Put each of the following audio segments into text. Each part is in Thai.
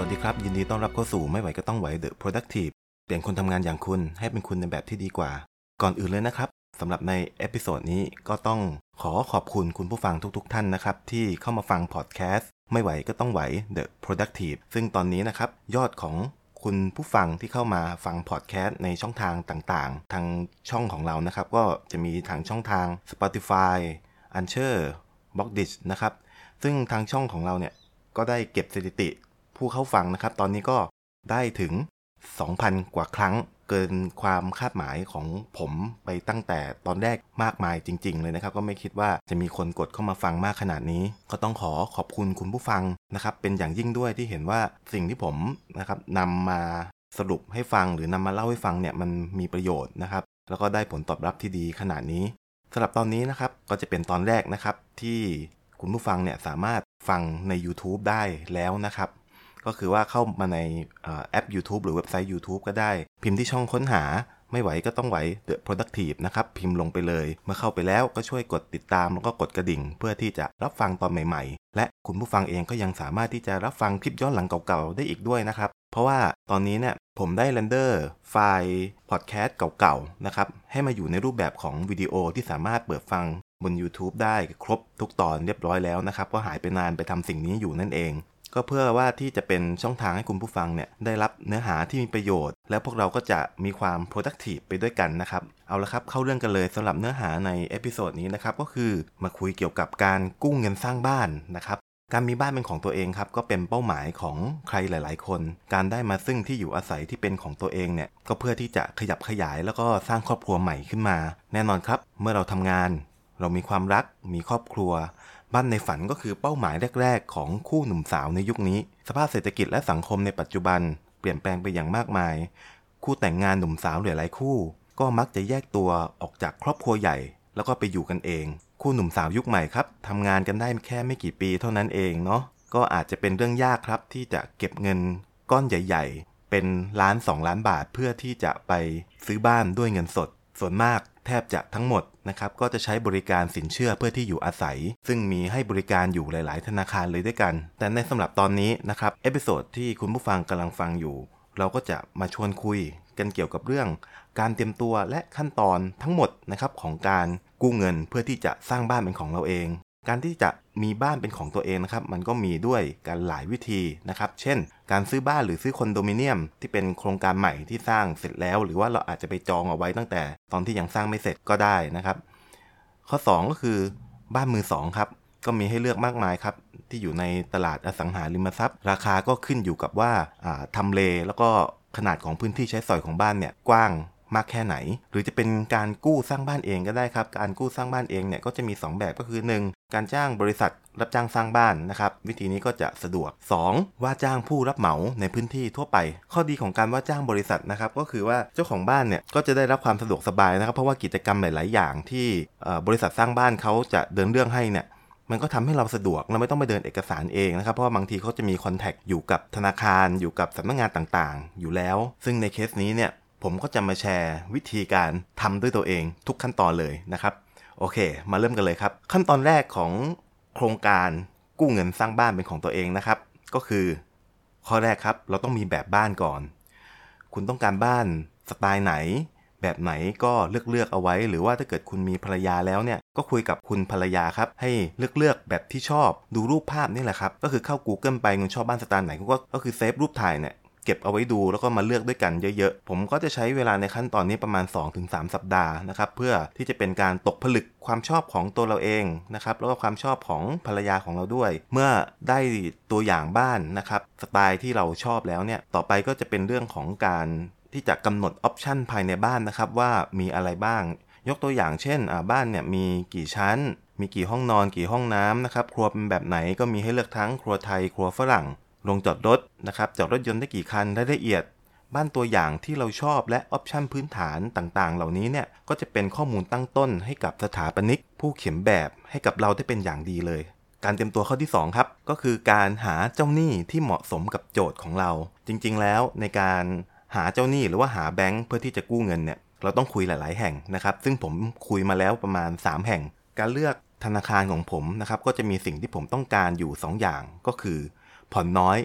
วัสดีครับยินดีต้อนรับเข้าสู่ไม่ไหวก็ต้องไหว The Productive เปลี่ยนคนทำงานอย่างคุณให้เป็นคุณในแบบที่ดีกว่าก่อนอื่นเลยนะครับสำหรับในเอพิโซดนี้ก็ต้องขอบคุณคุณผู้ฟังทุกท่านนะครับที่เข้ามาฟังพอดแคสต์ไม่ไหวก็ต้องไหว The Productive ซึ่งตอนนี้นะครับยอดของคุณผู้ฟังที่เข้ามาฟังพอดแคสต์ในช่องทางต่างๆทางช่องของเรานะครับก็จะมีทางช่องทาง Spotify Anchor Blockdit นะครับซึ่งทางช่องของเราเนี่ยก็ได้เก็บสถิติผู้เข้าฟังนะครับตอนนี้ก็ได้ถึง 2,000 กว่าครั้งเกินความคาดหมายของผมไปตั้งแต่ตอนแรกมากมายจริงๆเลยนะครับก็ไม่คิดว่าจะมีคนกดเข้ามาฟังมากขนาดนี้ก็ต้องขอบคุณคุณผู้ฟังนะครับเป็นอย่างยิ่งด้วยที่เห็นว่าสิ่งที่ผมนะครับนำมาสรุปให้ฟังหรือนำมาเล่าให้ฟังเนี่ยมันมีประโยชน์นะครับแล้วก็ได้ผลตอบรับที่ดีขนาดนี้สำหรับตอนนี้นะครับก็จะเป็นตอนแรกนะครับที่คุณผู้ฟังเนี่ยสามารถฟังใน YouTube ได้แล้วนะครับก็คือว่าเข้ามาในแอป YouTube หรือเว็บไซต์ YouTube ก็ได้พิมพ์ที่ช่องค้นหาไม่ไหวก็ต้องไหว The Productive นะครับพิมพ์ลงไปเลยเมื่อเข้าไปแล้วก็ช่วยกดติดตามแล้วก็กดกระดิ่งเพื่อที่จะรับฟังตอนใหม่ๆและคุณผู้ฟังเองก็ยังสามารถที่จะรับฟังคลิปย้อนหลังเก่าๆได้อีกด้วยนะครับเพราะว่าตอนนี้เนี่ยผมได้เรนเดอร์ไฟล์พอดแคสต์เก่าๆนะครับให้มาอยู่ในรูปแบบของวิดีโอที่สามารถเปิดฟังบน YouTube ได้ครบทุกตอนเรียบร้อยแล้วนะครับก็หายไปนานไปทำสิ่งนี้อยู่นั่นเองก็เพื่อว่าที่จะเป็นช่องทางให้คุณผู้ฟังเนี่ยได้รับเนื้อหาที่มีประโยชน์แล้วพวกเราก็จะมีความ productive ไปด้วยกันนะครับเอาละครับเข้าเรื่องกันเลยสำหรับเนื้อหาในเอพิโซดนี้นะครับก็คือมาคุยเกี่ยวกับการกู้เงินสร้างบ้านนะครับการมีบ้านเป็นของตัวเองครับก็เป็นเป้าหมายของใครหลายๆคนการได้มาซึ่งที่อยู่อาศัยที่เป็นของตัวเองเนี่ยก็เพื่อที่จะขยับขยายแล้วก็สร้างครอบครัวใหม่ขึ้นมาแน่นอนครับเมื่อเราทำงานเรามีความรักมีครอบครัวบ้านในฝันก็คือเป้าหมายแรกๆของคู่หนุ่มสาวในยุคนี้สภาพเศรษฐกิจและสังคมในปัจจุบันเปลี่ยนแปลงไปอย่างมากมายคู่แต่งงานหนุ่มสาวหลายๆคู่ก็มักจะแยกตัวออกจากครอบครัวใหญ่แล้วก็ไปอยู่กันเองคู่หนุ่มสาวยุคใหม่ครับทำงานกันได้แค่ไม่กี่ปีเท่านั้นเองเนาะก็อาจจะเป็นเรื่องยากครับที่จะเก็บเงินก้อนใหญ่ๆเป็นล้าน2 ล้านบาทเพื่อที่จะไปซื้อบ้านด้วยเงินสดส่วนมากแทบจะทั้งหมดนะครับก็จะใช้บริการสินเชื่อเพื่อที่อยู่อาศัยซึ่งมีให้บริการอยู่หลายๆธนาคารเลยด้วยกันแต่ในสำหรับตอนนี้นะครับเอพิโซดที่คุณผู้ฟังกำลังฟังอยู่เราก็จะมาชวนคุยกันเกี่ยวกับเรื่องการเตรียมตัวและขั้นตอนทั้งหมดนะครับของการกู้เงินเพื่อที่จะสร้างบ้านเป็นของเราเองการที่จะมีบ้านเป็นของตัวเองนะครับมันก็มีด้วยกันหลายวิธีนะครับเช่นการซื้อบ้านหรือซื้อคอนโดมิเนียมที่เป็นโครงการใหม่ที่สร้างเสร็จแล้วหรือว่าเราอาจจะไปจองเอาไว้ตั้งแต่ตอนที่ยังสร้างไม่เสร็จก็ได้นะครับข้อ2ก็คือบ้านมือสองครับก็มีให้เลือกมากมายครับที่อยู่ในตลาดอสังหาริมทรัพย์ราคาก็ขึ้นอยู่กับว่าทำเลแล้วก็ขนาดของพื้นที่ใช้สอยของบ้านเนี่ยกว้างมากแค่ไหนหรือจะเป็นการกู้สร้างบ้านเองก็ได้ครับการกู้สร้างบ้านเองเนี่ยก็จะมี2แบบก็คือ1การจ้างบริษัทรับจ้างสร้างบ้านนะครับวิธีนี้ก็จะสะดวก2ว่าจ้างผู้รับเหมาในพื้นที่ทั่วไปข้อดีของการว่าจ้างบริษัทนะครับก็คือว่าเจ้าของบ้านเนี่ยก็จะได้รับความสะดวกสบายนะครับเพราะว่ากิจกรรมหลายๆอย่างที่บริษัทสร้างบ้านเขาจะเดินเรื่องให้เนี่ยมันก็ทำให้เราสะดวกเราไม่ต้องไปเดินเอกสารเองนะครับเพราะว่าบางทีเขาจะมีคอนแทคอยู่กับธนาคารอยู่กับสำนักงานต่างๆอยู่แล้วซึ่งในเคสนี้เนี่ยผมก็จะมาแชร์วิธีการทำด้วยตัวเองทุกขั้นตอนเลยนะครับโอเคมาเริ่มกันเลยครับขั้นตอนแรกของโครงการกู้เงินสร้างบ้านเป็นของตัวเองนะครับก็คือข้อแรกครับเราต้องมีแบบบ้านก่อนคุณต้องการบ้านสไตล์ไหนแบบไหนก็เลือกเอาไว้หรือว่าถ้าเกิดคุณมีภรรยาแล้วเนี่ยก็คุยกับคุณภรรยาครับให้เลือกแบบที่ชอบดูรูปภาพนี่แหละครับก็คือเข้า Google ไปคุณชอบบ้านสไตล์ไหนก็คือเซฟรูปถ่ายเนี่ยเก็บเอาไว้ดูแล้วก็มาเลือกด้วยกันเยอะๆผมก็จะใช้เวลาในขั้นตอนนี้ประมาณ 2-3 สัปดาห์นะครับเพื่อที่จะเป็นการตกผลึกความชอบของตัวเราเองนะครับแล้วก็ความชอบของภรรยาของเราด้วยเมื่อได้ตัวอย่างบ้านนะครับสไตล์ที่เราชอบแล้วเนี่ยต่อไปก็จะเป็นเรื่องของการที่จะกำหนดออปชันภายในบ้านนะครับว่ามีอะไรบ้างยกตัวอย่างเช่นบ้านเนี่ยมีกี่ชั้นมีกี่ห้องนอนกี่ห้องน้ำนะครับครัวเป็นแบบไหนก็มีให้เลือกทั้งครัวไทยครัวฝรั่งโรงจอดรถนะครับจอดรถยนต์ได้กี่คันรายละเอียดบ้านตัวอย่างที่เราชอบและออปชันพื้นฐานต่างๆเหล่านี้เนี่ยก็จะเป็นข้อมูลตั้งต้นให้กับสถาปนิกผู้เขียนแบบให้กับเราได้เป็นอย่างดีเลยการเตรียมตัวข้อที่2ครับก็คือการหาเจ้าหนี้ที่เหมาะสมกับโจทย์ของเราจริงๆแล้วในการหาเจ้าหนี้หรือว่าหาแบงค์เพื่อที่จะกู้เงินเนี่ยเราต้องคุยหลายๆแห่งนะครับซึ่งผมคุยมาแล้วประมาณ3แห่งการเลือกธนาคารของผมนะครับก็จะมีสิ่งที่ผมต้องการอยู่2อย่างก็คือผ่อนน้อย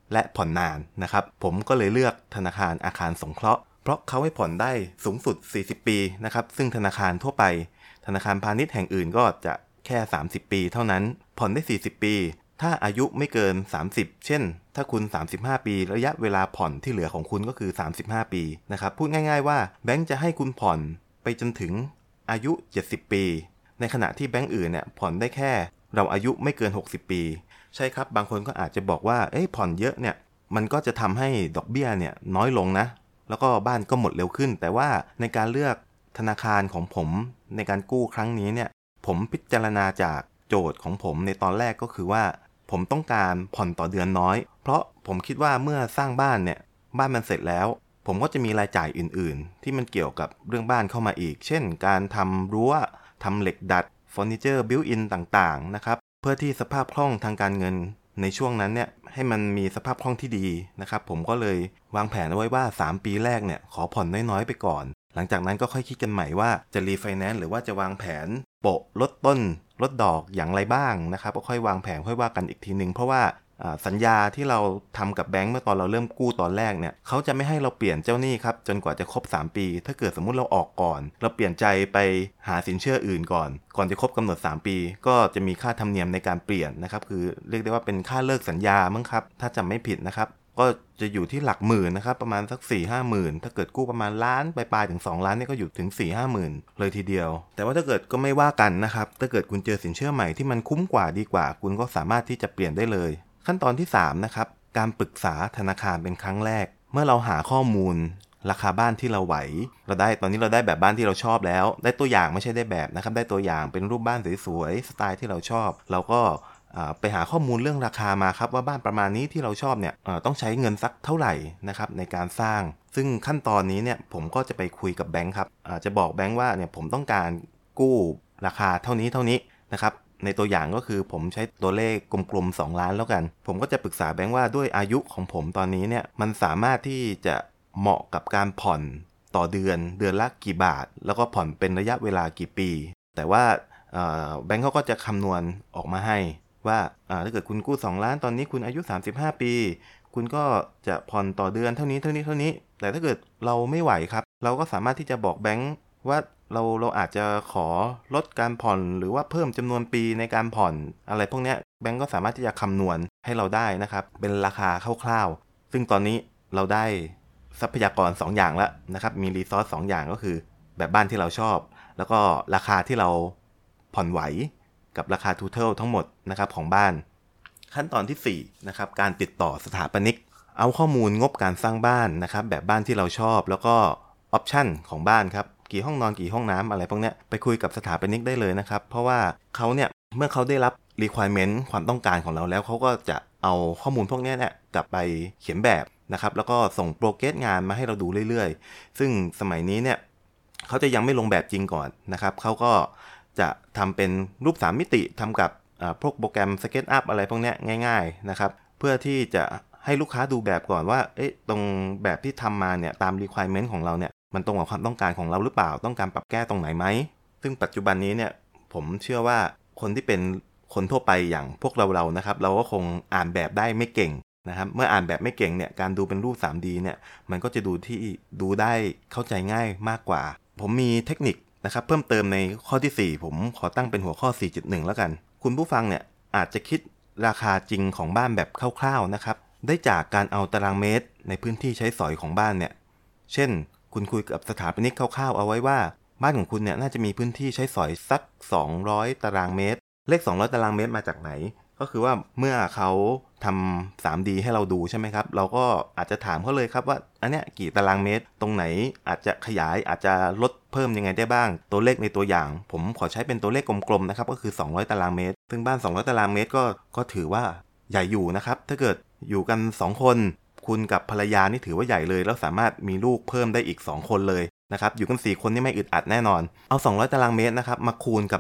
และผ่อนนานนะครับผมก็เลยเลือกธนาคารอาคารสงเคราะห์เพราะเขาให้ผ่อนได้สูงสุด40ปีนะครับซึ่งธนาคารทั่วไปธนาคารพาณิชย์แห่งอื่นก็จะแค่30ปีเท่านั้นผ่อนได้40ปีถ้าอายุไม่เกิน30เช่นถ้าคุณ35ปีระยะเวลาผ่อนที่เหลือของคุณก็คือ35ปีนะครับพูดง่ายๆว่าแบงก์จะให้คุณผ่อนไปจนถึงอายุ70ปีในขณะที่แบงก์อื่นเนี่ยผ่อนได้แค่เราอายุไม่เกิน60ปีใช่ครับบางคนก็อาจจะบอกว่าผ่อนเยอะเนี่ยมันก็จะทำให้ดอกเบี้ยเนี่ยน้อยลงนะแล้วก็บ้านก็หมดเร็วขึ้นแต่ว่าในการเลือกธนาคารของผมในการกู้ครั้งนี้เนี่ยผมพิจารณาจากโจทย์ของผมในตอนแรกก็คือว่าผมต้องการผ่อนต่อเดือนน้อยเพราะผมคิดว่าเมื่อสร้างบ้านเนี่ยบ้านมันเสร็จแล้วผมก็จะมีรายจ่ายอื่นๆที่มันเกี่ยวกับเรื่องบ้านเข้ามาอีกเช่นการทำรั้วทำเหล็กดัดเฟอร์นิเจอร์บิวอินต่างๆนะครับเพื่อที่สภาพคล่องทางการเงินในช่วงนั้นเนี่ยให้มันมีสภาพคล่องที่ดีนะครับผมก็เลยวางแผนเอาไว้ว่า3ปีแรกเนี่ยขอผ่อนน้อยๆไปก่อนหลังจากนั้นก็ค่อยคิดกันใหม่ว่าจะรีไฟแนนซ์หรือว่าจะวางแผนโปะลดต้นลดดอกอย่างไรบ้างนะครับก็ค่อยวางแผนค่อยว่ากันอีกทีนึงเพราะว่าสัญญาที่เราทำกับแบงก์เมื่อตอนเราเริ่มกู้ตอนแรกเนี่ยเขาจะไม่ให้เราเปลี่ยนเจ้าหนี้ครับจนกว่าจะครบ3ปีถ้าเกิดสมมุติเราออกก่อนเราเปลี่ยนใจไปหาสินเชื่ออื่นก่อนจะครบกำหนด3ปีก็จะมีค่าธรรมเนียมในการเปลี่ยนนะครับคือเรียกได้ว่าเป็นค่าเลิกสัญญามั้งครับถ้าจำไม่ผิดนะครับก็จะอยู่ที่หลักหมื่นนะครับประมาณสัก 4-5 หมื่นถ้าเกิดกู้ประมาณล้านปลายๆถึง2ล้านนี่ก็อยู่ถึง 4-5 หมื่นเลยทีเดียวแต่ว่าถ้าเกิดก็ไม่ว่ากันนะครับถ้าเกิดคุณเจอสินเชื่อใหม่ที่มันคุ้มกว่าดีกว่าคุณก็สามารถที่จะเปลี่ยนได้เลยขั้นตอนที่3นะครับการปรึกษาธนาคารเป็นครั้งแรกเมื่อเราหาข้อมูลราคาบ้านที่เราไหวตอนนี้เราได้แบบบ้านที่เราชอบแล้วได้ตัวอย่างไม่ใช่ได้แบบนะครับได้ตัวอย่างเป็นรูปบ้านสวยๆสไตล์ที่เราชอบเราก็ไปหาข้อมูลเรื่องราคามาครับว่าบ้านประมาณนี้ที่เราชอบเนี่ยต้องใช้เงินสักเท่าไหร่นะครับในการสร้างซึ่งขั้นตอนนี้เนี่ยผมก็จะไปคุยกับแบงค์ครับจะบอกแบงค์ว่าเนี่ยผมต้องการกู้ราคาเท่านี้นะครับในตัวอย่างก็คือผมใช้ตัวเลขกลมๆ2ล้านแล้วกันผมก็จะปรึกษาแบงค์ว่าด้วยอายุของผมตอนนี้เนี่ยมันสามารถที่จะเหมาะกับการผ่อนต่อเดือนละกี่บาทแล้วก็ผ่อนเป็นระยะเวลากี่ปีแต่ว่าแบงค์เขาก็จะคำนวณออกมาให้ว่าถ้าเกิดคุณกู้2ล้านตอนนี้คุณอายุ35ปีคุณก็จะผ่อนต่อเดือนเท่านี้แต่ถ้าเกิดเราไม่ไหวครับเราก็สามารถที่จะบอกแบงค์ว่าเราอาจจะขอลดการผ่อนหรือว่าเพิ่มจำนวนปีในการผ่อนอะไรพวกนี้แบงก์ก็สามารถที่จะคำนวณให้เราได้นะครับเป็นราคาคร่าวๆซึ่งตอนนี้เราได้ทรัพยากร2อย่างแล้วนะครับมีรีซอส2อย่างก็คือแบบบ้านที่เราชอบแล้วก็ราคาที่เราผ่อนไหวกับราคา total ทั้งหมดนะครับของบ้านขั้นตอนที่4นะครับการติดต่อสถาปนิกเอาข้อมูลงบการสร้างบ้านนะครับแบบบ้านที่เราชอบแล้วก็ออปชั่นของบ้านครับกี่ห้องนอนกี่ห้องน้ำอะไรพวกนี้ไปคุยกับสถาปนิกได้เลยนะครับเพราะว่าเขาเนี่ยเมื่อเขาได้รับ requirement ความต้องการของเราแล้วเขาก็จะเอาข้อมูลพวกนี้เนี่ยกลับไปเขียนแบบนะครับแล้วก็ส่งโปรเกรสงานมาให้เราดูเรื่อยๆซึ่งสมัยนี้เนี่ยเขาจะยังไม่ลงแบบจริงก่อนนะครับเขาก็จะทำเป็นรูป3มิติทำกับพวกโปรแกรม SketchUp อะไรพวกนี้ง่ายๆนะครับเพื่อที่จะให้ลูกค้าดูแบบก่อนว่าตรงแบบที่ทำมาเนี่ยตาม requirement ของเราเนี่ยมันตรงกับความต้องการของเราหรือเปล่าต้องการปรับแก้ตรงไหนไหมซึ่งปัจจุบันนี้เนี่ยผมเชื่อว่าคนที่เป็นคนทั่วไปอย่างพวกเรานะครับเราก็คงอ่านแบบได้ไม่เก่งนะครับเมื่ออ่านแบบไม่เก่งเนี่ยการดูเป็นรูป 3D เนี่ยมันก็จะดูได้เข้าใจง่ายมากกว่าผมมีเทคนิคนะครับเพิ่มเติมในข้อที่4ผมขอตั้งเป็นหัวข้อ 4.1 แล้วกันคุณผู้ฟังเนี่ยอาจจะคิดราคาจริงของบ้านแบบคร่าวๆนะครับได้จากการเอาตารางเมตรในพื้นที่ใช้สอยของบ้านเนี่ยเช่นคุณคุยกับสถาปนิกคร่าวๆเอาไว้ว่าบ้านของคุณเนี่ยน่าจะมีพื้นที่ใช้สอยสัก200ตารางเมตรเลข200ตารางเมตรมาจากไหนก็คือว่าเมื่อเขาทำ 3D ให้เราดูใช่ไหมครับเราก็อาจจะถามเขาเลยครับว่าอันเนี้ยกี่ตารางเมตรตรงไหนอาจจะขยายอาจจะลดเพิ่มยังไงได้บ้างตัวเลขในตัวอย่างผมขอใช้เป็นตัวเลขกลมๆนะครับก็คือ200ตารางเมตรซึ่งบ้าน200ตารางเมตรก็ถือว่าใหญ่อยู่นะครับถ้าเกิดอยู่กัน2คนคุณกับภรรยานี่ถือว่าใหญ่เลยแล้วสามารถมีลูกเพิ่มได้อีก2คนเลยนะครับอยู่กัน4คนนี่ไม่อึดอัดแน่นอนเอา200ตารางเมตรนะครับมาคูณกับ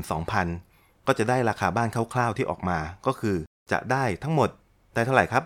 12,000 ก็จะได้ราคาบ้านคร่าวๆที่ออกมาก็คือจะได้ทั้งหมดได้เท่าไหร่ครับ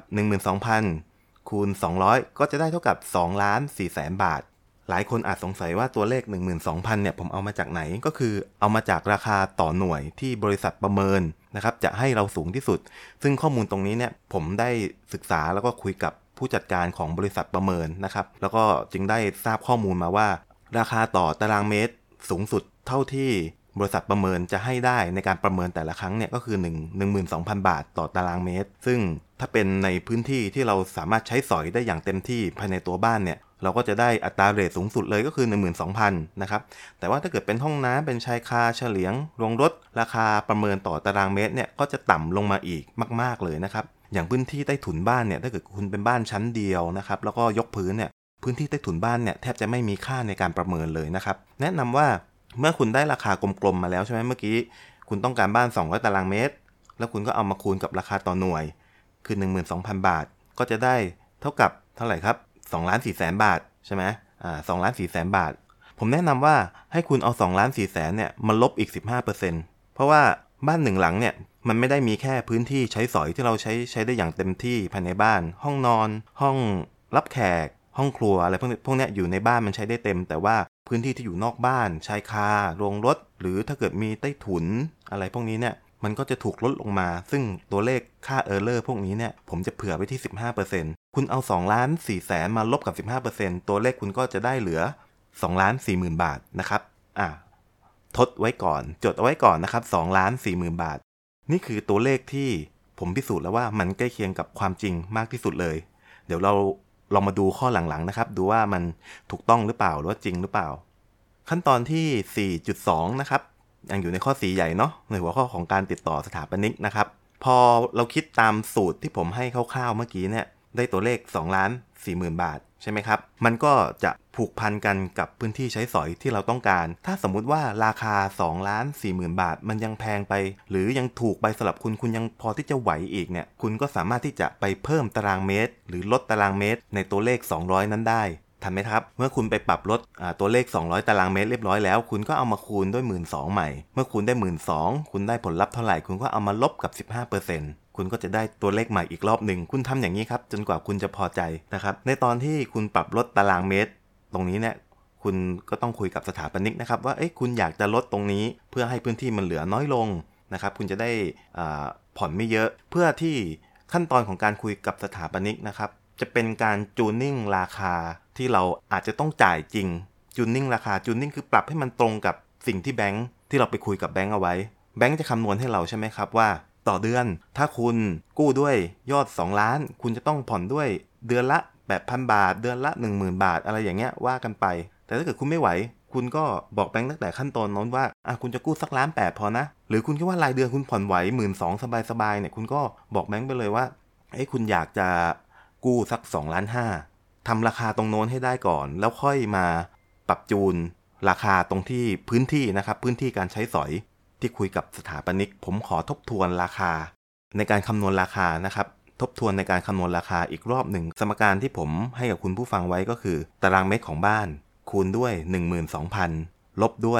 12,000 คูณ200ก็จะได้เท่ากับ 2,400,000 บาทหลายคนอาจสงสัยว่าตัวเลข 12,000 เนี่ยผมเอามาจากไหนก็คือเอามาจากราคาต่อหน่วยที่บริษัทประเมินนะครับจะให้เราสูงที่สุดซึ่งข้อมูลตรงนี้เนี่ยผมได้ศึกษาแล้วก็คุยกับผู้จัดการของบริษัทประเมินนะครับแล้วก็จึงได้ทราบข้อมูลมาว่าราคาต่อตารางเมตรสูงสุดเท่าที่บริษัทประเมินจะให้ได้ในการประเมินแต่ละครั้งเนี่ยก็คือ 12,000 บาทต่อตารางเมตรซึ่งถ้าเป็นในพื้นที่ที่เราสามารถใช้สอยได้อย่างเต็มที่ภายในตัวบ้านเนี่ยเราก็จะได้อัตราเรทสูงสุดเลยก็คือ 12,000 นะครับแต่ว่าถ้าเกิดเป็นห้องน้ำเป็นชายคาเฉลียงโรงรถราคาประเมินต่อตารางเมตรเนี่ยก็จะต่ำลงมาอีกมากๆเลยนะครับอย่างพื้นที่ใต้ถุนบ้านเนี่ยถ้าเกิดคุณเป็นบ้านชั้นเดียวนะครับแล้วก็ยกพื้นเนี่ยพื้นที่ใต้ถุนบ้านเนี่ยแทบจะไม่มีค่าในการประเมินเลยนะครับแนะนำว่าเมื่อคุณได้ราคากลมๆมาแล้วใช่ไหมเมื่อกี้คุณต้องการบ้าน200ตารางเมตรแล้วคุณก็เอามาคูณกับราคาต่อหน่วยคือ 12,000 บาทก็จะได้เท่ากับเท่าไหร่ครับ2,400,000 บาทใช่ไหม2,400,000 บาทผมแนะนำว่าให้คุณเอา2,400,000เนี่ยมาลบอีก 15% เพราะว่าบ้านหนึ่งหลังเนี่ยมันไม่ได้มีแค่พื้นที่ใช้สอยที่เราใช้ได้อย่างเต็มที่ภายในบ้านห้องนอนห้องรับแขกห้องครัวอะไรพวกนี้อยู่ในบ้านมันใช้ได้เต็มแต่ว่าพื้นที่ที่อยู่นอกบ้านชายคาโรงรถหรือถ้าเกิดมีใต้ถุนอะไรพวกนี้เนี่ยมันก็จะถูกลดลงมาซึ่งตัวเลขค่าเออร์เลอร์พวกนี้เนี่ยผมจะเผื่อไว้ที่ 15% คุณเอา2,400,000มาลบกับ 15% ตัวเลขคุณก็จะได้เหลือ 2,40,000 บาทนะครับทดไว้ก่อนจดเอาไว้ก่อนนะครับ 2,40,000 บาทนี่คือตัวเลขที่ผมพิสูจน์แล้วว่ามันใกล้เคียงกับความจริงมากที่สุดเลยเดี๋ยวเราลองมาดูข้อหลังๆนะครับดูว่ามันถูกต้องหรือเปล่าหรือว่าจริงหรือเปล่าขั้นตอนที่ 4.2 นะครับยังอยู่ในข้อ4ใหญ่เนาะในหัวข้อของการติดต่อสถาปนิกนะครับพอเราคิดตามสูตรที่ผมให้คร่าวๆเมื่อกี้เนี่ยได้ตัวเลข 2,40,000 บาทใช่ไหมครับมันก็จะผูกพันกันกับพื้นที่ใช้สอยที่เราต้องการถ้าสมมุติว่าราคา 2,40,000 บาทมันยังแพงไปหรือยังถูกไปสำหรับคุณยังพอที่จะไหวอีกเนี่ยคุณก็สามารถที่จะไปเพิ่มตารางเมตรหรือลดตารางเมตรในตัวเลข200นั้นได้ทันไหมครับเมื่อคุณไปปรับลดตัวเลข200ตารางเมตรเรียบร้อยแล้วคุณก็เอามาคูณด้วย 12,000 ใหม่เมื่อคูณได้ 12,000 คุณได้ผลลัพธ์เท่าไหร่คุณก็เอามาลบกับ 15%คุณก็จะได้ตัวเลขใหม่อีกรอบหนึ่งคุณทำอย่างนี้ครับจนกว่าคุณจะพอใจนะครับในตอนที่คุณปรับลดตารางเมตรตรงนี้เนี่ยคุณก็ต้องคุยกับสถาปนิกนะครับว่าคุณอยากจะลดตรงนี้เพื่อให้พื้นที่มันเหลือน้อยลงนะครับคุณจะได้ผ่อนไม่เยอะเพื่อที่ขั้นตอนของการคุยกับสถาปนิกนะครับจะเป็นการจูนนิ่งราคาที่เราอาจจะต้องจ่ายจริงจูนนิ่งราคาจูนนิ่งคือปรับให้มันตรงกับสิ่งที่แบงค์ที่เราไปคุยกับแบงค์เอาไว้แบงค์จะคำนวณให้เราใช่ไหมครับว่าต่อเดือนถ้าคุณกู้ด้วยยอด2ล้านคุณจะต้องผ่อนด้วยเดือนละ 8,000 บาทเดือนละ 10,000 บาทอะไรอย่างเงี้ยว่ากันไปแต่ถ้าเกิดคุณไม่ไหวคุณก็บอกแบงค์ตั้งแต่ขั้นตอนนั้นว่าคุณจะกู้สัก1.8 ล้านพอนะหรือคุณคิดว่ารายเดือนคุณผ่อนไหว 12,000 สบายๆเนี่ยคุณก็บอกแบงค์ไปเลยว่าคุณอยากจะกู้สัก2.5 ล้านทำราคาตรงโน้นให้ได้ก่อนแล้วค่อยมาปรับจูนราคาตรงที่พื้นที่นะครับพื้นที่การใช้สอยที่คุยกับสถาปนิกผมขอทบทวนราคาในการคำนวณราคานะครับทบทวนในการคำนวณราคาอีกรอบหนึ่งสมการที่ผมให้กับคุณผู้ฟังไว้ก็คือตารางเมตรของบ้านคูณด้วย 12,000 ลบด้วย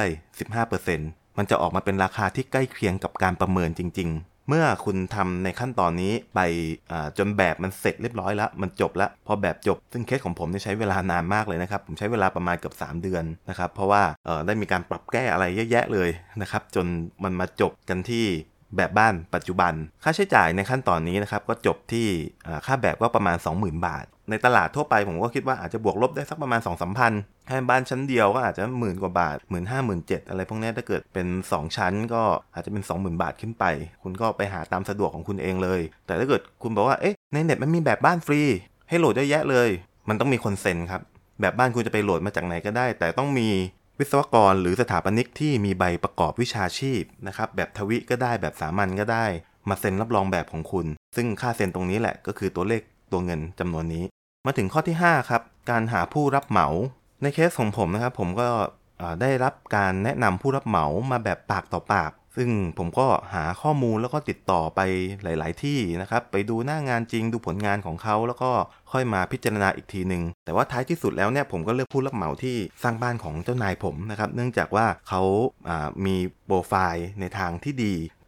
15% มันจะออกมาเป็นราคาที่ใกล้เคียงกับการประเมินจริงๆเมื่อคุณทำในขั้นตอนนี้ไปจนแบบมันเสร็จเรียบร้อยแล้วมันจบแล้วพอแบบจบซึ่งเคสของผมใช้เวลานานมากเลยนะครับผมใช้เวลาประมาณเกือบ3 เดือนนะครับเพราะว่าได้มีการปรับแก้อะไรเยอะแยะเลยนะครับจนมันมาจบกันที่แบบบ้านปัจจุบันค่าใช้จ่ายในขั้นตอนนี้นะครับก็จบที่ค่าแบบก็ประมาณ 20,000 บาทในตลาดทั่วไปผมก็คิดว่าอาจจะบวกลบได้สักประมาณ 2-3 พันให้บ้านชั้นเดียวก็อาจจะ10,000 กว่าบาท 15,000 17,000 อะไรพวกนี้ถ้าเกิดเป็น2ชั้นก็อาจจะเป็น 20,000 บาทขึ้นไปคุณก็ไปหาตามสะดวกของคุณเองเลยแต่ถ้าเกิดคุณบอกว่าในเน็ตมันมีแบบบ้านฟรีให้โหลดเยอะแยะเลยมันต้องมีคนเซ็นครับแบบบ้านคุณจะไปโหลดมาจากไหนก็ได้แต่ต้องมีวิศวกรหรือสถาปนิกที่มีใบประกอบวิชาชีพนะครับแบบทวิก็ได้แบบสามัญก็ได้มาเซ็นรับรองแบบของคุณซึ่งค่าเซ็นตรงนี้แหละก็คือตัวเลขตัวเงินจำนวนนี้มาถึงข้อที่5ครับการหาผู้รับเหมาในเคสของผมนะครับผมก็ได้รับการแนะนำผู้รับเหมามาแบบปากต่อปากซึ่งผมก็หาข้อมูลแล้วก็ติดต่อไปหลายๆที่นะครับไปดูหน้างานจริงดูผลงานของเขาแล้วก็ค่อยมาพิจารณาอีกทีนึงแต่ว่าท้ายที่สุดแล้วเนี่ยผมก็เลือกผู้รับเหมาที่สร้างบ้านของเจ้านายผมนะครับเนื่องจากว่าเขามีโปรไฟล์ในทางที่ดี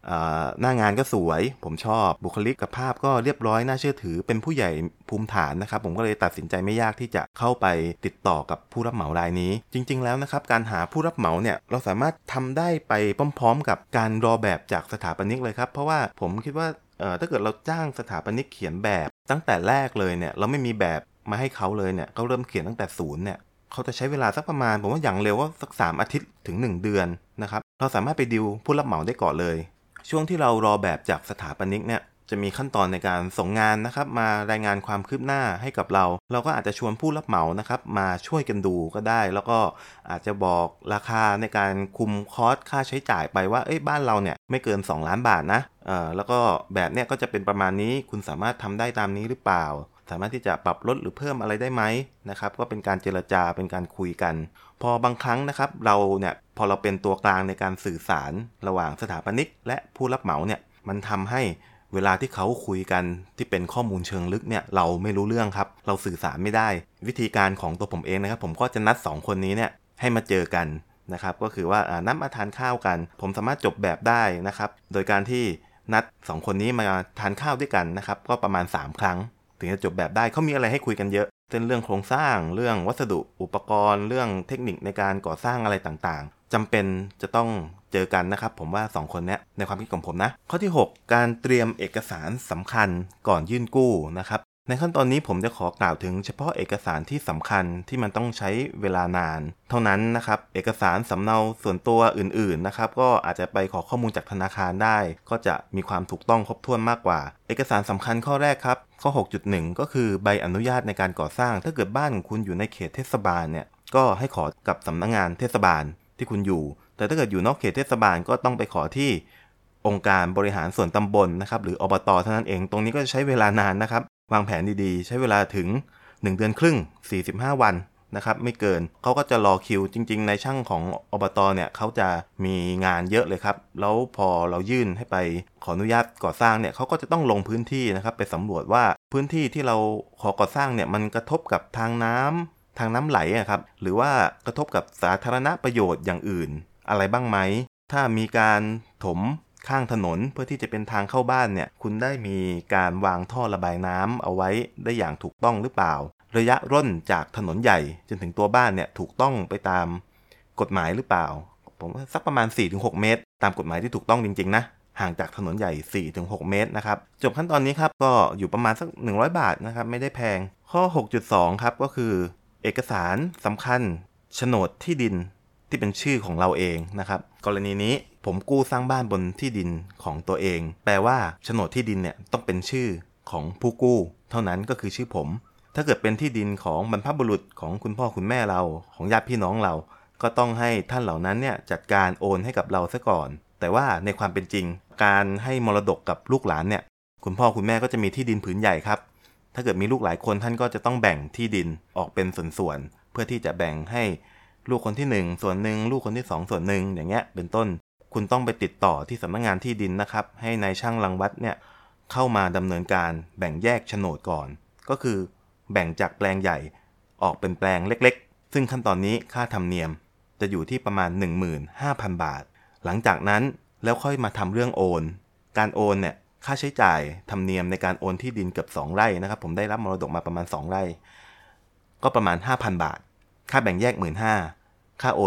หน้างานก็สวยผมชอบบุคลิกภาพก็เรียบร้อยน่าเชื่อถือเป็นผู้ใหญ่ภูมิฐานนะครับผมก็เลยตัดสินใจไม่ยากที่จะเข้าไปติดต่อกับผู้รับเหมารายนี้จริงๆแล้วนะครับการหาผู้รับเหมาเนี่ยเราสามารถทำได้ไปพร้อมๆกับการรอแบบจากสถาปนิกเลยครับเพราะว่าผมคิดว่าถ้าเกิดเราจ้างสถาปนิกเขียนแบบตั้งแต่แรกเลยเนี่ยเราไม่มีแบบมาให้เขาเลยเนี่ยเขาเริ่มเขียนตั้งแต่ศูนย์เนี่ยเขาจะใช้เวลาสักประมาณผมว่าอย่างเร็วว่าสัก3 อาทิตย์ถึง1 เดือนนะครับเราสามารถไปดิวผู้รับเหมาได้ก่อนเลยช่วงที่เรารอแบบจากสถาปนิกเนี่ยจะมีขั้นตอนในการส่งงานนะครับมารายงานความคืบหน้าให้กับเราก็อาจจะชวนผู้รับเหมานะครับมาช่วยกันดูก็ได้แล้วก็อาจจะบอกราคาในการคุมคอสค่าใช้จ่ายไปว่าบ้านเราเนี่ยไม่เกิน2 ล้านบาทนะแล้วก็แบบเนี่ยก็จะเป็นประมาณนี้คุณสามารถทำได้ตามนี้หรือเปล่าสามารถที่จะปรับลดหรือเพิ่มอะไรได้ไหมนะครับก็เป็นการเจรจาเป็นการคุยกันพอบางครั้งนะครับเราเนี่ยพอเราเป็นตัวกลางในการสื่อสารระหว่างสถาปนิกและผู้รับเหมาเนี่ยมันทำให้เวลาที่เขาคุยกันที่เป็นข้อมูลเชิงลึกเนี่ยเราไม่รู้เรื่องครับเราสื่อสารไม่ได้วิธีการของตัวผมเองนะครับผมก็จะนัด2 คนนี้เนี่ยให้มาเจอกันนะครับก็คือว่านัดมาทานข้าวกันผมสามารถจบแบบได้นะครับโดยการที่นัด2 คนนี้มาทานข้าวด้วยกันนะครับก็ประมาณ3 ครั้งถึงจะจบแบบได้เขามีอะไรให้คุยกันเยอะเช่นเรื่องโครงสร้างเรื่องวัสดุอุปกรณ์เรื่องเทคนิคในการก่อสร้างอะไรต่างๆจำเป็นจะต้องเจอกันนะครับผมว่า2 คนนี้ในความคิดของผมนะข้อที่ 6การเตรียมเอกสารสำคัญก่อนยื่นกู้นะครับในขั้นตอนนี้ผมจะขอกล่าวถึงเฉพาะเอกสารที่สำคัญที่มันต้องใช้เวลานานเท่านั้นนะครับเอกสารสำเนาส่วนตัวอื่นๆนะครับก็อาจจะไปขอข้อมูลจากธนาคารได้ก็จะมีความถูกต้องครบถ้วนมากกว่าเอกสารสำคัญข้อแรกครับข้อ 6.1 ก็คือใบอนุญาตในการก่อสร้างถ้าเกิดบ้านของคุณอยู่ในเขตเทศบาลเนี่ยก็ให้ขอกับสำนักงานเทศบาลที่คุณอยู่แต่ถ้าเกิดอยู่นอกเขตเทศบาลก็ต้องไปขอที่องค์การบริหารส่วนตำบลนะครับหรืออบตเท่านั้นเองตรงนี้ก็จะใช้เวลานานนะครับวางแผนดีๆใช้เวลาถึง1 เดือนครึ่ง45 วันนะครับไม่เกินเขาก็จะรอคิวจริงๆในช่างของอบตเนี่ยเขาจะมีงานเยอะเลยครับแล้วพอเรายื่นให้ไปขออนุญาตก่อสร้างเนี่ยเขาก็จะต้องลงพื้นที่นะครับไปสำรวจว่าพื้นที่ที่เราขอก่อสร้างเนี่ยมันกระทบกับทางน้ำไหลครับหรือว่ากระทบกับสาธารณประโยชน์อย่างอื่นอะไรบ้างไหมถ้ามีการถมข้างถนนเพื่อที่จะเป็นทางเข้าบ้านเนี่ยคุณได้มีการวางท่อระบายน้ำเอาไว้ได้อย่างถูกต้องหรือเปล่าระยะร่นจากถนนใหญ่จนถึงตัวบ้านเนี่ยถูกต้องไปตามกฎหมายหรือเปล่าผมว่าสักประมาณ 4-6 เมตรตามกฎหมายที่ถูกต้องจริงๆนะห่างจากถนนใหญ่ 4-6 เมตรนะครับจบขั้นตอนนี้ครับก็อยู่ประมาณสัก100 บาทนะครับไม่ได้แพงข้อ 6.2 ครับก็คือเอกสารสำคัญโฉนดที่ดินที่เป็นชื่อของเราเองนะครับกรณีนี้ผมกู้สร้างบ้านบนที่ดินของตัวเองแปลว่าโฉนดที่ดินเนี่ยต้องเป็นชื่อของผู้กู้เท่านั้นก็คือชื่อผมถ้าเกิดเป็นที่ดินของบรรพบุรุษของคุณพ่อคุณแม่เราของญาติพี่น้องเราก็ต้องให้ท่านเหล่านั้นเนี่ยจัดการโอนให้กับเราซะก่อนแต่ว่าในความเป็นจริงการให้มรดกกับลูกหลานเนี่ยคุณพ่อคุณแม่ก็จะมีที่ดินผืนใหญ่ครับถ้าเกิดมีลูกหลายคนท่านก็จะต้องแบ่งที่ดินออกเป็นส่วนๆเพื่อที่จะแบ่งให้ลูกคนที่1ส่วนหนึ่งลูกคนที่2ส่วนหนึ่งอย่างเงี้ยเป็นต้นคุณต้องไปติดต่อที่สำนักงานที่ดินนะครับให้นายช่างรังวัดเนี่ยเข้ามาดำเนินการแบ่งแยกโฉนดก่อนก็คือแบ่งจากแปลงใหญ่ออกเป็นแปลงเล็กๆซึ่งขั้นตอนนี้ค่าธรรมเนียมจะอยู่ที่ประมาณ 15,000 บาทหลังจากนั้นแล้วค่อยมาทำเรื่องโอนการโอนเนี่ยค่าใช้จ่ายธรรมเนียมในการโอนที่ดินเกือบ2 ไร่นะครับผมได้รับมรดกมาประมาณ2 ไร่ก็ประมาณ 5,000 บาทค่าแบ่งแยก 15,000 ค่าโอน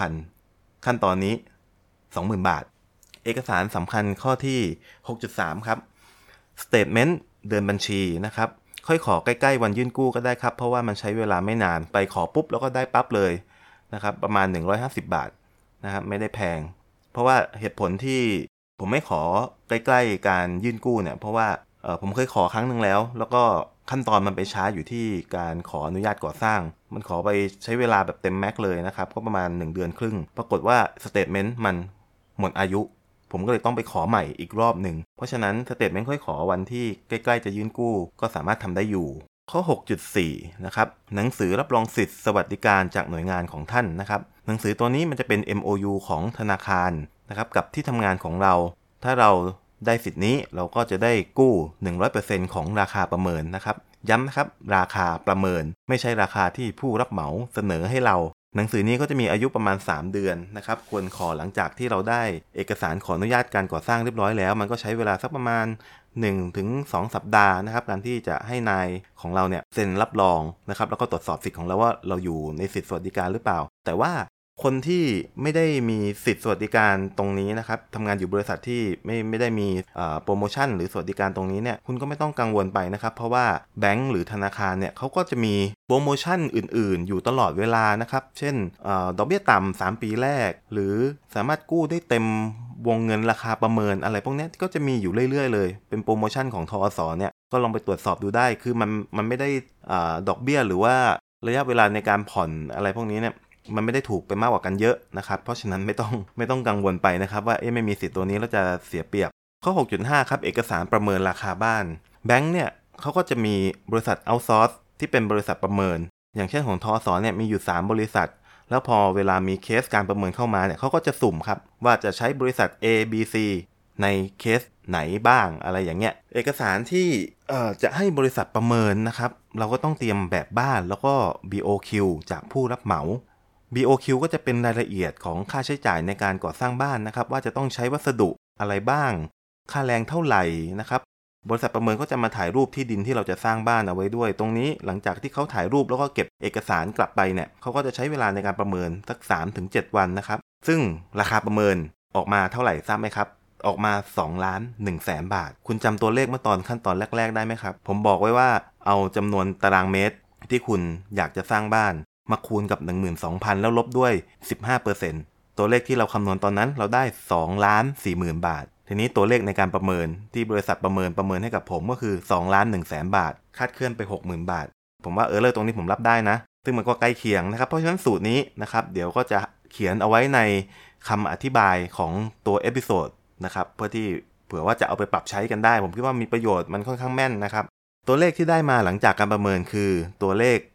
5,000 ขั้นตอนนี้ 20,000 บาทเอกสารสำคัญข้อที่ 6.3 ครับ Statement เดือนบัญชีนะครับค่อยขอใกล้ๆวันยื่นกู้ก็ได้ครับเพราะว่ามันใช้เวลาไม่นานไปขอปุ๊บแล้วก็ได้ปั๊บเลยนะครับประมาณ150 บาทนะครับไม่ได้แพงเพราะว่าเหตุผลที่ผมไม่ขอใกล้ๆการยื่นกู้เนี่ยเพราะว่าผมเคยขอครั้งนึงแล้วก็ขั้นตอนมันไปช้าอยู่ที่การขออนุญาตก่อสร้างมันขอไปใช้เวลาแบบเต็มแม็กเลยนะครับก็ประมาณ1 เดือนครึ่งปรากฏว่าสเตทเมนต์มันหมดอายุผมก็เลยต้องไปขอใหม่อีกรอบหนึ่งเพราะฉะนั้นสเตทเมนต์ค่อยขอวันที่ใกล้ๆจะยื่นกู้ก็สามารถทำได้อยู่ข้อ 6.4 นะครับหนังสือรับรองสิทธิสวัสดิการจากหน่วยงานของท่านนะครับหนังสือตัวนี้มันจะเป็น MOU ของธนาคารนะครับกับที่ทำงานของเราถ้าเราได้สิทธินี้เราก็จะได้กู้ 100% ของราคาประเมินนะครับย้ำนะครับราคาประเมินไม่ใช่ราคาที่ผู้รับเหมาเสนอให้เราหนังสือนี้ก็จะมีอายุประมาณ3เดือนนะครับควรขอหลังจากที่เราได้เอกสารขออนุญาตการก่อสร้างเรียบร้อยแล้วมันก็ใช้เวลาสักประมาณ1-2 สัปดาห์นะครับการที่จะให้นายของเราเนี่ยเซ็นรับรองนะครับแล้วก็ตรวจสอบสิทธิ์ของเราว่าเราอยู่ในสิทธิสวัสดิการหรือเปล่าแต่ว่าคนที่ไม่ได้มีสิทธิสวัสดิการตรงนี้นะครับทำงานอยู่บริษัทที่ไม่ได้มีโปรโมชั่นหรือสวัสดิการตรงนี้เนี่ยคุณก็ไม่ต้องกังวลไปนะครับเพราะว่าแบงก์หรือธนาคารเนี่ยเขาก็จะมีโปรโมชั่นอื่นๆอยู่ตลอดเวลานะครับเช่นดอกเบี้ยต่ำ3ปีแรกหรือสามารถกู้ได้เต็มวงเงินราคาประเมินอะไรพวกนี้ก็จะมีอยู่เรื่อยๆเลยเป็นโปรโมชั่นของทอสเนี่ยก็ลองไปตรวจสอบดูได้คือมันไม่ได้ดอกเบี้ยหรือว่าระยะเวลาในการผ่อนอะไรพวกนี้เนี่ยมันไม่ได้ถูกไปมากกว่ากันเยอะนะครับเพราะฉะนั้นไม่ต้องกังวลไปนะครับว่าไม่มีสิทธิ์ตัวนี้แล้วจะเสียเปรียบข้อ 6.5 ครับเอกสารประเมินราคาบ้านแบงค์เนี่ยเขาก็จะมีบริษัทเอาท์ซอร์สที่เป็นบริษัทประเมินอย่างเช่นของทอสเนี่ยมีอยู่3บริษัทแล้วพอเวลามีเคสการประเมินเข้ามาเนี่ยเขาก็จะสุ่มครับว่าจะใช้บริษัท A B C ในเคสไหนบ้างอะไรอย่างเงี้ยเอกสารที่จะให้บริษัทประเมินนะครับเราก็ต้องเตรียมแบบบ้านแล้วก็ BOQ จากผู้รับเหมา BOQ ก็จะเป็นรายละเอียดของค่าใช้จ่ายในการก่อสร้างบ้านนะครับว่าจะต้องใช้วัสดุอะไรบ้างค่าแรงเท่าไหร่นะครับบริษัทประเมินก็จะมาถ่ายรูปที่ดินที่เราจะสร้างบ้านเอาไว้ด้วยตรงนี้หลังจากที่เขาถ่ายรูปแล้วก็เก็บเอกสารกลับไปเนี่ยเขาก็จะใช้เวลาในการประเมินสัก 3-7 วันนะครับซึ่งราคาประเมินออกมาเท่าไหร่ทราบไหมครับออกมา2,100,000 บาทคุณจำตัวเลขเมื่อตอนขั้นตอนแรกๆได้ไหมครับผมบอกไว้ว่าเอาจำนวนตารางเมตรที่คุณอยากจะสร้างบ้านมาคูณกับ 12,000 แล้วลบด้วย 15% ตัวเลขที่เราคำนวณตอนนั้นเราได้2,40,000 บาททีนี้ตัวเลขในการประเมินที่บริษัทประเมินให้กับผมก็คือ2,100,000 บาทคาดเคลื่อนไป 60,000 บาทผมว่าเลยตรงนี้ผมรับได้นะซึ่งมันก็ใกล้เคียงนะครับเพราะฉะนั้นสูตรนี้นะครับเดี๋ยวก็จะเขียนเอาไว้ในคำอธิบายของตัวเอพิโซดนะครับเพื่อที่เผื่อว่าจะเอาไปปรับใช้กันได้ผมคิดว่ามีประโยชน์มันค่อนข้างแม่นนะครับตัวเลขที่ได้มาหลังจากการประเมินคือตัวเลข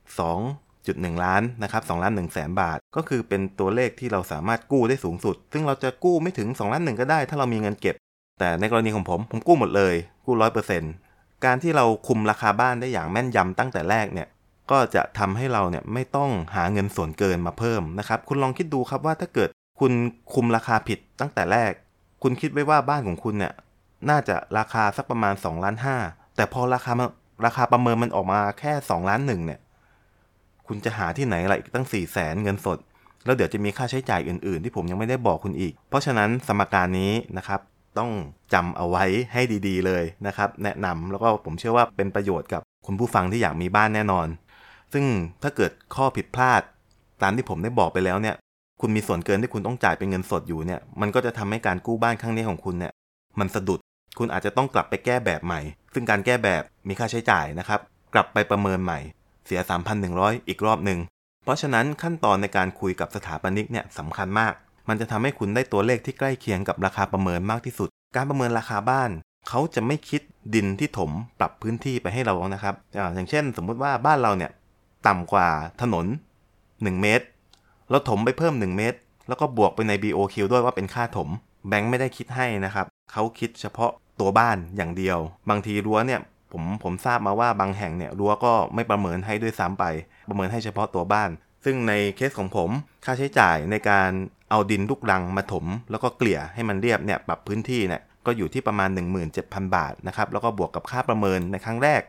2.1 ล้านนะครับ2,100,000 บาทก็คือเป็นตัวเลขที่เราสามารถกู้ได้สูงสุดซึ่งเราจะกู้ไม่ถึง2 ล้าน 1ก็ได้ถ้าเรามีเงินเก็บแต่ในกรณีของผมกู้หมดเลยกู้ 100% การที่เราคุมราคาบ้านได้อย่างแม่นยำตั้งแต่แรกเนี่ยก็จะทำให้เราเนี่ยไม่ต้องหาเงินส่วนเกินมาเพิ่มนะครับคุณลองคิดดูครับว่าถ้าเกิดคุณคุมราคาผิดตั้งแต่แรกคุณคิดไว้ว่าบ้านของคุณเนี่ยน่าจะราคาสักประมาณ2.5 ล้านแต่พอราคาประเมินมันออกมาแค่2.1 ล้านเนี่ยคุณจะหาที่ไหนล่ะอีกตั้ง 400,000 เงินสดแล้วเดี๋ยวจะมีค่าใช้จ่ายอื่นๆที่ผมยังไม่ได้บอกคุณอีกเพราะฉะนั้นสมการนี้นะครับต้องจำเอาไว้ให้ดีๆเลยนะครับแนะนำแล้วก็ผมเชื่อว่าเป็นประโยชน์กับคุณผู้ฟังที่อยากมีบ้านแน่นอนซึ่งถ้าเกิดข้อผิดพลาดตามที่ผมได้บอกไปแล้วเนี่ยคุณมีส่วนเกินที่คุณต้องจ่ายเป็นเงินสดอยู่เนี่ยมันก็จะทำให้การกู้บ้านครั้งนี้ของคุณเนี่ยมันสะดุดคุณอาจจะต้องกลับไปแก้แบบใหม่ซึ่งการแก้แบบมีค่าใช้จ่ายนะครับกลับไปประเมินใหม่เสีย 3,100 อีกรอบนึงเพราะฉะนั้นขั้นตอนในการคุยกับสถาปนิกเนี่ยสำคัญมากมันจะทำให้คุณได้ตัวเลขที่ใกล้เคียงกับราคาประเมินมากที่สุดการประเมินราคาบ้านเขาจะไม่คิดดินที่ถมปรับพื้นที่ไปให้เรานะครับอย่างเช่นสมมุติว่าบ้านเราเนี่ยต่ำกว่าถนน1 เมตรเราถมไปเพิ่ม1 เมตรแล้วก็บวกไปใน BOQ ด้วยว่าเป็นค่าถมแบงค์ไม่ได้คิดให้นะครับเขาคิดเฉพาะตัวบ้านอย่างเดียวบางทีรั้วเนี่ยผมทราบมาว่าบางแห่งเนี่ยรั้วก็ไม่ประเมินให้ด้วยซ้ำไปประเมินให้เฉพาะตัวบ้านซึ่งในเคสของผมค่าใช้จ่ายในการเอาดินลูกรังมาถมแล้วก็เกลี่ยให้มันเรียบเนี่ยปรับพื้นที่เนี่ยก็อยู่ที่ประมาณ 17,000 บาทนะครับแล้วก็บวกกับค่าประเมินในครั้งแรก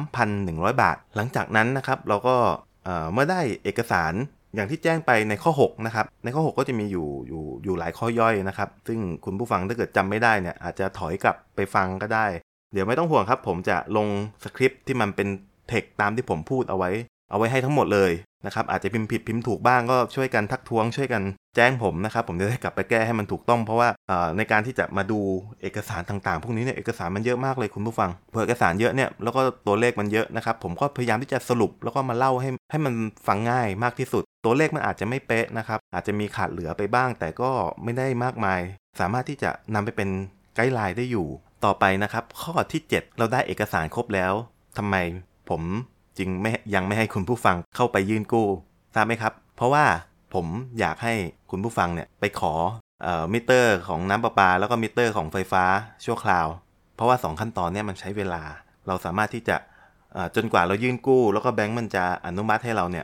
3,100 บาทหลังจากนั้นนะครับเราก็เมื่อได้เอกสารอย่างที่แจ้งไปในข้อ6นะครับในข้อ6ก็จะมีอยู่หลายข้อย่อยนะครับซึ่งคุณผู้ฟังถ้าเกิดจำไม่ได้เนี่ยอาจจะถอยกลับไปฟังก็ได้เดี๋ยวไม่ต้องห่วงครับผมจะลงสคริปต์ที่มันเป็นเทคตามที่ผมพูดเอาไว้ให้ทั้งหมดเลยนะครับอาจจะพิมพ์ผิดพิมพ์ถูกบ้างก็ช่วยกันทักท้วงช่วยกันแจ้งผมนะครับผมจะได้กลับไปแก้ให้มันถูกต้องเพราะว่าในการที่จะมาดูเอกสารต่างๆพวกนี้เนี่ยเอกสารมันเยอะมากเลยคุณผู้ฟังเอกสารเยอะเนี่ยแล้วก็ตัวเลขมันเยอะนะครับผมก็พยายามที่จะสรุปแล้วก็มาเล่าให้มันฟังง่ายมากที่สุดตัวเลขมันอาจจะไม่เป๊ะนะครับอาจจะมีขาดเหลือไปบ้างแต่ก็ไม่ได้มากมายสามารถที่จะนำไปเป็นไกด์ไลน์ได้อยู่ต่อไปนะครับข้อที่7เราได้เอกสารครบแล้วทำไมผมจึงยังไม่ให้คุณผู้ฟังเข้าไปยื่นกู้ทราบไหมครับเพราะว่าผมอยากให้คุณผู้ฟังเนี่ยไปขอมิเตอร์ของน้ำประปาแล้วก็มิเตอร์ของไฟฟ้าชั่วคราวเพราะว่า2ขั้นตอนเนี่ยมันใช้เวลาเราสามารถที่จะจนกว่าเรายื่นกู้แล้วก็แบงก์มันจะอนุมัติให้เราเนี่ย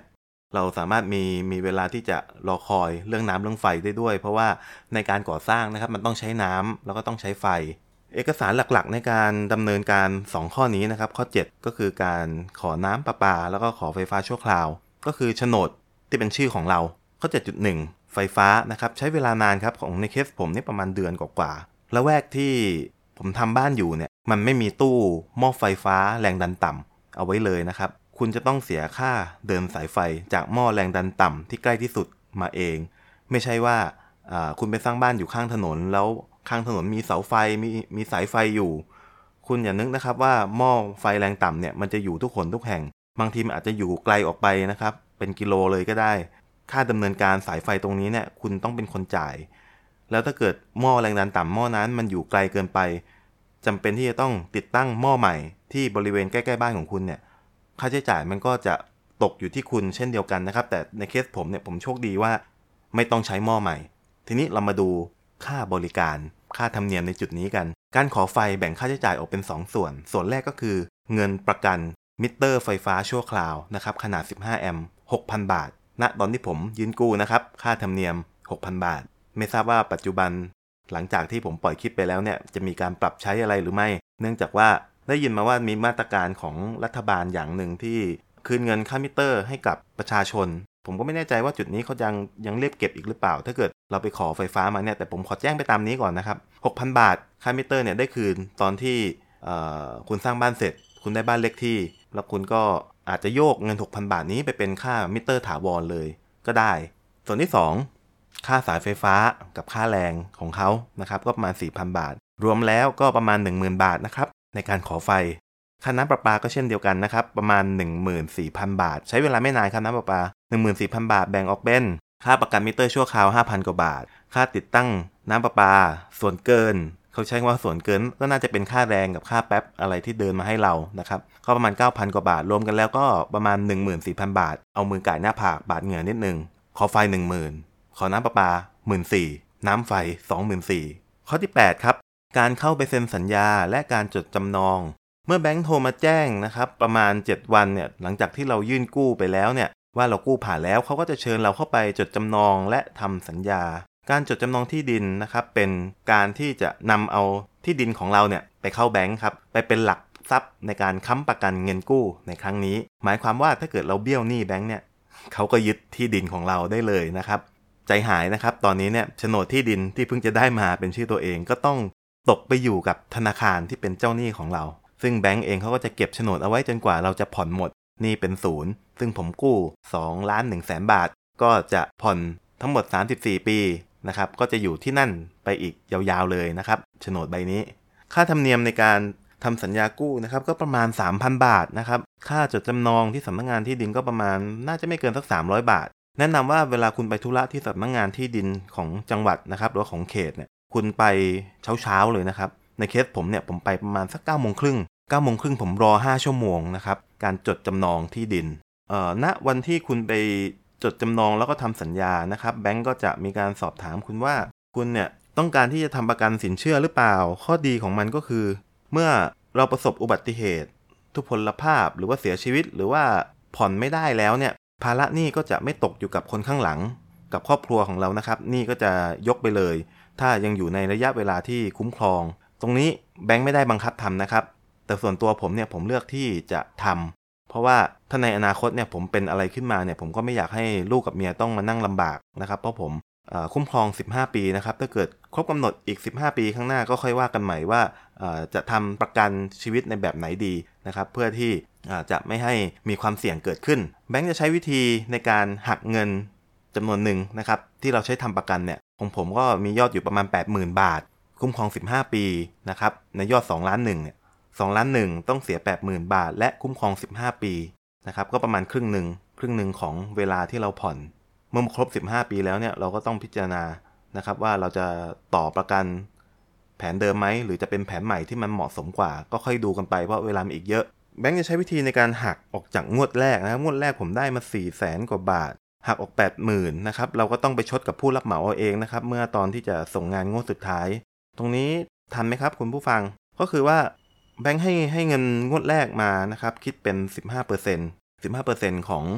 เราสามารถมีเวลาที่จะรอคอยเรื่องน้ำเรื่องไฟได้ด้วยเพราะว่าในการก่อสร้างนะครับมันต้องใช้น้ำแล้วก็ต้องใช้ไฟเอกสารหลักๆในการดำเนินการ2ข้อนี้นะครับข้อ7ก็คือการขอน้ำประปาแล้วก็ขอไฟฟ้าชั่วคราวก็คือโฉนดที่เป็นชื่อของเราข้อ 7.1 ไฟฟ้านะครับใช้เวลานานครับของในเคสผมนี่ประมาณเดือนกว่าๆแล้วแวกที่ผมทำบ้านอยู่เนี่ยมันไม่มีตู้หม้อไฟฟ้าแรงดันต่ำเอาไว้เลยนะครับคุณจะต้องเสียค่าเดินสายไฟจากหม้อแรงดันต่ำที่ใกล้ที่สุดมาเองไม่ใช่ว่าคุณไปสร้างบ้านอยู่ข้างถนนแล้วข้างถนนมีเสาไฟมีสายไฟอยู่คุณอย่านึกนะครับว่าหม้อไฟแรงต่ำเนี่ยมันจะอยู่ทุกคนทุกแห่งบางทีมันอาจจะอยู่ไกลออกไปนะครับเป็นกิโลเลยก็ได้ค่าดำเนินการสายไฟตรงนี้เนี่ยคุณต้องเป็นคนจ่ายแล้วถ้าเกิดหม้อแรงดันต่ำหม้อนั้นมันอยู่ไกลเกินไปจำเป็นที่จะต้องติดตั้งหม้อใหม่ที่บริเวณใกล้ๆบ้านของคุณเนี่ยค่าใช้จ่ายมันก็จะตกอยู่ที่คุณเช่นเดียวกันนะครับแต่ในเคสผมเนี่ยผมโชคดีว่าไม่ต้องใช้หม้อใหม่ทีนี้เรามาดูค่าบริการค่าธรรมเนียมในจุดนี้กันการขอไฟแบ่งค่าใช้จ่ายออกเป็น2ส่วนแรกก็คือเงินประกันมิเตอร์ไฟฟ้าชั่วคราวนะครับขนาด15แอมป์ 6,000 บาทณตอนที่ผมยื่นกู้นะครับค่าธรรมเนียม 6,000 บาทไม่ทราบว่าปัจจุบันหลังจากที่ผมปล่อยคลิปไปแล้วเนี่ยจะมีการปรับใช้อะไรหรือไม่เนื่องจากว่าได้ยินมาว่ามีมาตรการของรัฐบาลอย่างหนึ่งที่คืนเงินค่ามิเตอร์ให้กับประชาชนผมก็ไม่แน่ใจว่าจุดนี้เขายังเรียกเก็บอีกหรือเปล่าถ้าเกิดเราไปขอไฟฟ้ามาเนี่ยแต่ผมขอแจ้งไปตามนี้ก่อนนะครับ 6,000 บาทค่ามิเตอร์เนี่ยได้คืนตอนที่คุณสร้างบ้านเสร็จคุณได้บ้านเล็กที่แล้วคุณก็อาจจะโยกเงิน 6,000 บาทนี้ไปเป็นค่ามิเตอร์ถาวรเลยก็ได้ส่วนที่2ค่าสายไฟฟ้ากับค่าแรงของเขานะครับก็ประมาณ 4,000 บาทรวมแล้วก็ประมาณ 10,000 บาทนะครับในการขอไฟค่าน้ำประปาก็เช่นเดียวกันนะครับประมาณ 14,000 บาทใช้เวลาไม่นานค่าน้ำประปา 14,000 บาทแบ่งออกเป็นค่าประกันมิเตอร์ชั่วคราว 5,000 กว่าบาทค่าติดตั้งน้ำประปาส่วนเกินเขาใช้ว่าส่วนเกินก็น่าจะเป็นค่าแรงกับค่าแป๊บอะไรที่เดินมาให้เรานะครับก็ประมาณ 9,000 กว่าบาทรวมกันแล้วก็ประมาณ 14,000 บาทเอามือก่ายหน้าผากบาดเหงื่อนิดนึงขอไฟ 10,000 ขอน้ำประปา 14,000 น้ำไฟ 24,000 ข้อที่8ครับการเข้าไปเซ็นสัญญาและการจดจำนองเมื่อแบงค์โทรมาแจ้งนะครับประมาณ7วันเนี่ยหลังจากที่เรายื่นกู้ไปแล้วเนี่ยว่าเรากู้ผ่านแล้วเขาก็จะเชิญเราเข้าไปจดจำนองและทำสัญญาการจดจำนองที่ดินนะครับเป็นการที่จะนำเอาที่ดินของเราเนี่ยไปเข้าแบงค์ครับไปเป็นหลักทรัพย์ในการค้ำประกันเงินกู้ในครั้งนี้หมายความว่าถ้าเกิดเราเบี้ยวหนี้แบงค์เนี่ยเขาก็ยึดที่ดินของเราได้เลยนะครับใจหายนะครับตอนนี้เนี่ยโฉนดที่ดินที่เพิ่งจะได้มาเป็นชื่อตัวเองก็ต้องตกไปอยู่กับธนาคารที่เป็นเจ้าหนี้ของเราซึ่งแบงก์เองเขาก็จะเก็บโฉนดเอาไว้จนกว่าเราจะผ่อนหมดหนี้เป็นศูนย์ซึ่งผมกู้2,100,000 บาทก็จะผ่อนทั้งหมด34ปีนะครับก็จะอยู่ที่นั่นไปอีกยาวๆเลยนะครับโฉนดใบนี้ค่าธรรมเนียมในการทำสัญญากู้นะครับก็ประมาณ 3,000 บาทนะครับค่าจดจำนองที่สำนักงานที่ดินก็ประมาณน่าจะไม่เกินสัก300 บาทแนะนำว่าเวลาคุณไปธุระที่สำนักงานที่ดินของจังหวัดนะครับหรือของเขตเนี่ยคุณไปเช้าๆเลยนะครับในเคสผมเนี่ยผมไปประมาณสัก9:30 9:30ผมรอ5ชั่วโมงนะครับการจดจำนองที่ดินณวันที่คุณไปจดจำนองแล้วก็ทำสัญญานะครับแบงก์ก็จะมีการสอบถามคุณว่าคุณเนี่ยต้องการที่จะทำประกันสินเชื่อหรือเปล่าข้อดีของมันก็คือเมื่อเราประสบอุบัติเหตุทุพพลภาพหรือว่าเสียชีวิตหรือว่าผ่อนไม่ได้แล้วเนี่ยภาระหนี้ก็จะไม่ตกอยู่กับคนข้างหลังกับครอบครัวของเรานะครับหนี้ก็จะยกไปเลยถ้ายังอยู่ในระยะเวลาที่คุ้มครองตรงนี้แบงค์ไม่ได้บังคับทำนะครับแต่ส่วนตัวผมเนี่ยผมเลือกที่จะทำเพราะว่าถ้าในอนาคตเนี่ยผมเป็นอะไรขึ้นมาเนี่ยผมก็ไม่อยากให้ลูกกับเมียต้องมานั่งลำบากนะครับเพราะผมคุ้มครอง15ปีนะครับถ้าเกิดครบกำหนดอีก15ปีข้างหน้าก็ค่อยว่ากันใหม่ว่าจะทำประกันชีวิตในแบบไหนดีนะครับเพื่อที่จะไม่ให้มีความเสี่ยงเกิดขึ้นแบงค์จะใช้วิธีในการหักเงินจำนวนหนึ่งนะครับที่เราใช้ทำประกันเนี่ยของผมก็มียอดอยู่ประมาณ 80,000 บาทคุ้มครอง15ปีนะครับในยอด2 ล้าน1เนี่ย2 ล้าน1ต้องเสีย 80,000 บาทและคุ้มครอง15ปีนะครับก็ประมาณครึ่งหนึ่งของเวลาที่เราผ่อนเมื่อครบ15ปีแล้วเนี่ยเราก็ต้องพิจารณานะครับว่าเราจะต่อประกันแผนเดิมไหมหรือจะเป็นแผนใหม่ที่มันเหมาะสมกว่าก็ค่อยดูกันไปเพราะเวลามีอีกเยอะแบงค์จะใช้วิธีในการหักออกจากงวดแรกนะครับงวดแรกผมได้มา 400,000 กว่าบาทหักออก 80,000 นะครับเราก็ต้องไปชดกับผู้รับเหมาเอาเองนะครับเมื่อตอนที่จะส่งงานงวดสุดท้ายตรงนี้ทันไหมครับคุณผู้ฟังก็คือว่าแบงค์ให้เงินงวดแรกมานะครับคิดเป็น 15% 15% ของ